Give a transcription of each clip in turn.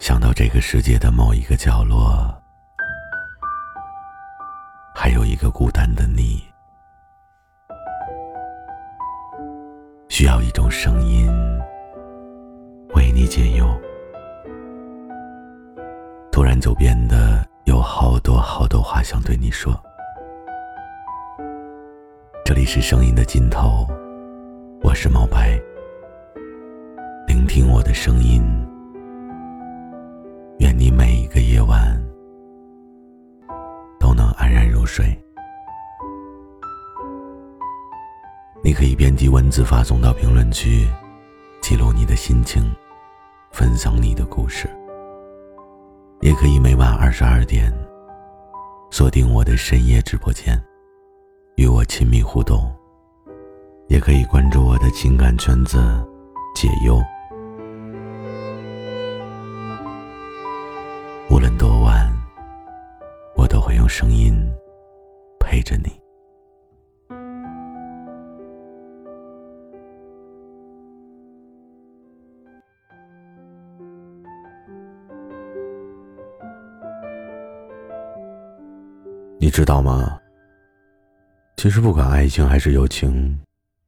想到这个世界的某一个角落，还有一个孤单的你，需要一种声音为你解忧。突然就变得有好多好多话想对你说。这里是声音的尽头，我是毛白，聆听我的声音，愿你每一个夜晚都能安然入睡。你可以编辑文字发送到评论区，记录你的心情，分享你的故事。也可以每晚22点锁定我的深夜直播间，与我亲密互动。也可以关注我的情感圈子解忧。无论多晚，我都会用声音陪着你。你知道吗？其实不管爱情还是友情，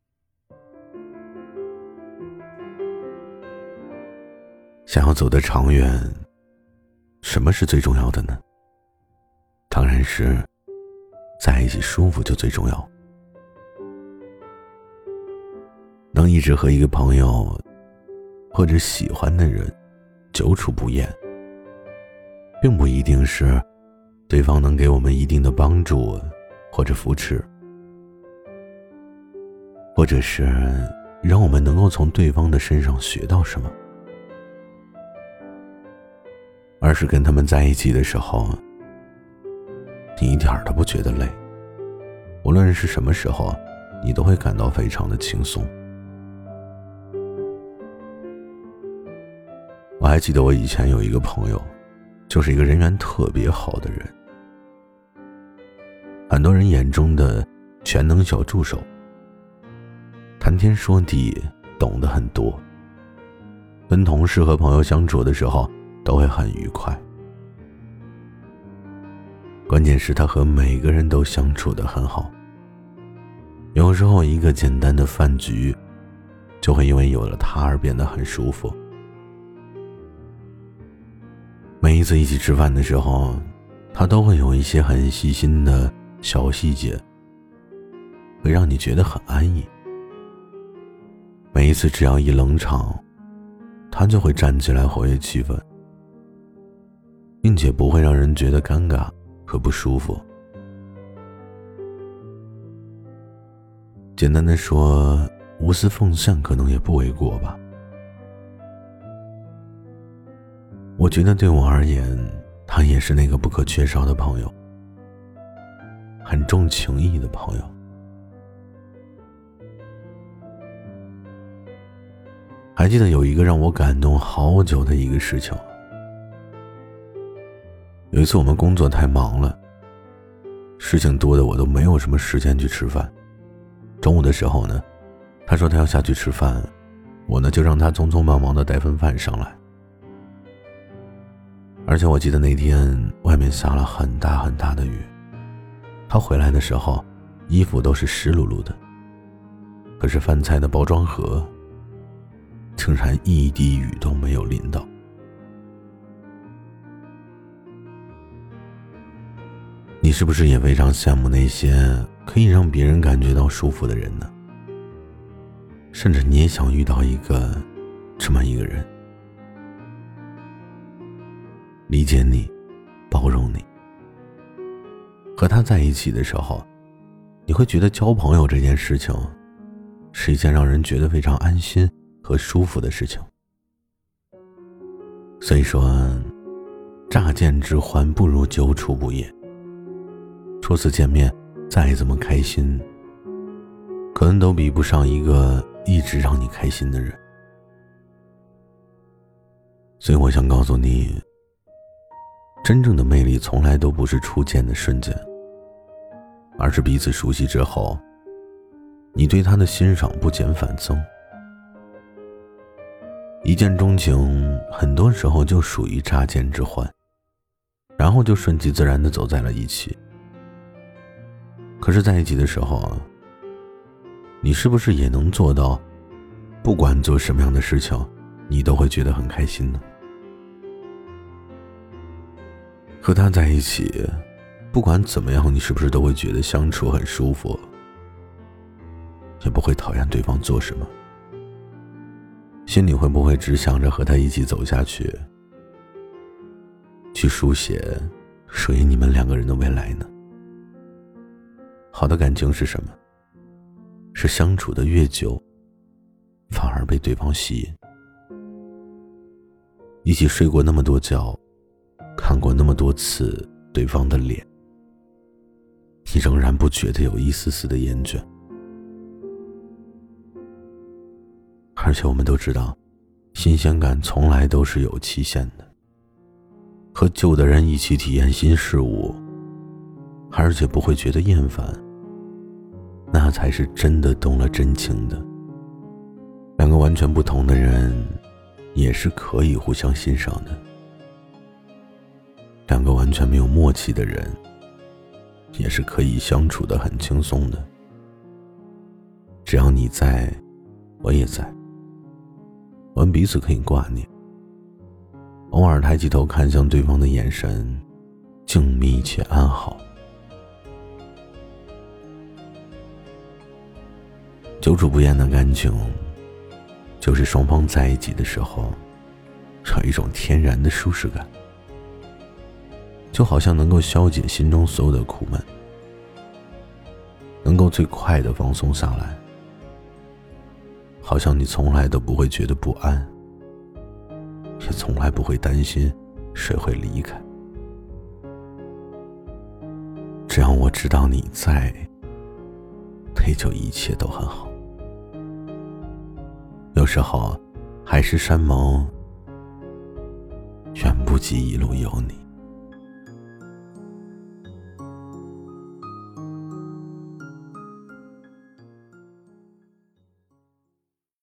想要走得长远，什么是最重要的呢？当然是在一起舒服就最重要。能一直和一个朋友或者喜欢的人久处不厌，并不一定是对方能给我们一定的帮助或者扶持，或者是让我们能够从对方的身上学到什么，而是跟他们在一起的时候，你一点都不觉得累，无论是什么时候，你都会感到非常的轻松。我还记得我以前有一个朋友，就是一个人缘特别好的人，很多人眼中的全能小助手，谈天说地，懂得很多，跟同事和朋友相处的时候都会很愉快。关键是他和每个人都相处得很好，有时候一个简单的饭局就会因为有了他而变得很舒服。每一次一起吃饭的时候，他都会有一些很细心的小细节，会让你觉得很安逸。每一次只要一冷场，他就会站起来活跃气氛，并且不会让人觉得尴尬和不舒服。简单的说，无私奉献可能也不为过吧。我觉得对我而言，他也是那个不可缺少的朋友，很重情义的朋友。还记得有一个让我感动好久的一个事情。有一次我们工作太忙了，事情多的我都没有什么时间去吃饭。中午的时候呢，他说他要下去吃饭，我呢就让他匆匆忙忙的带份饭上来。而且我记得那天外面下了很大很大的雨，他回来的时候衣服都是湿漉漉的，可是饭菜的包装盒竟然一滴雨都没有淋到。你是不是也非常羡慕那些可以让别人感觉到舒服的人呢？甚至你也想遇到一个这么一个人，理解你，包容你。和他在一起的时候，你会觉得交朋友这件事情是一件让人觉得非常安心和舒服的事情。所以说，乍见之欢不如久处不厌。初次见面再怎么开心，可能都比不上一个一直让你开心的人。所以我想告诉你，真正的魅力从来都不是初见的瞬间，而是彼此熟悉之后，你对他的欣赏不减反增。 一见钟情很多时候就属于乍见之欢，然后就顺其自然地走在了一起。可是在一起的时候啊，你是不是也能做到不管做什么样的事情你都会觉得很开心呢？和他在一起不管怎么样，你是不是都会觉得相处很舒服，也不会讨厌对方做什么，心里会不会只想着和他一起走下去，去书写属于你们两个人的未来呢？好的感情是什么？是相处的越久，反而被对方吸引。一起睡过那么多觉，看过那么多次对方的脸，你仍然不觉得有一丝丝的厌倦。而且我们都知道，新鲜感从来都是有期限的。和旧的人一起体验新事物，而且不会觉得厌烦，那才是真的动了真情的。两个完全不同的人也是可以互相欣赏的，两个完全没有默契的人也是可以相处得很轻松的。只要你在，我也在，我们彼此可以挂念，偶尔抬起头看向对方的眼神静谧且安好。久处不厌的感情，就是双方在一起的时候有一种天然的舒适感，就好像能够消解心中所有的苦闷，能够最快地放松下来，好像你从来都不会觉得不安，也从来不会担心谁会离开。只要我知道你在，那就一切都很好。有时候海誓山盟远不及一路有你。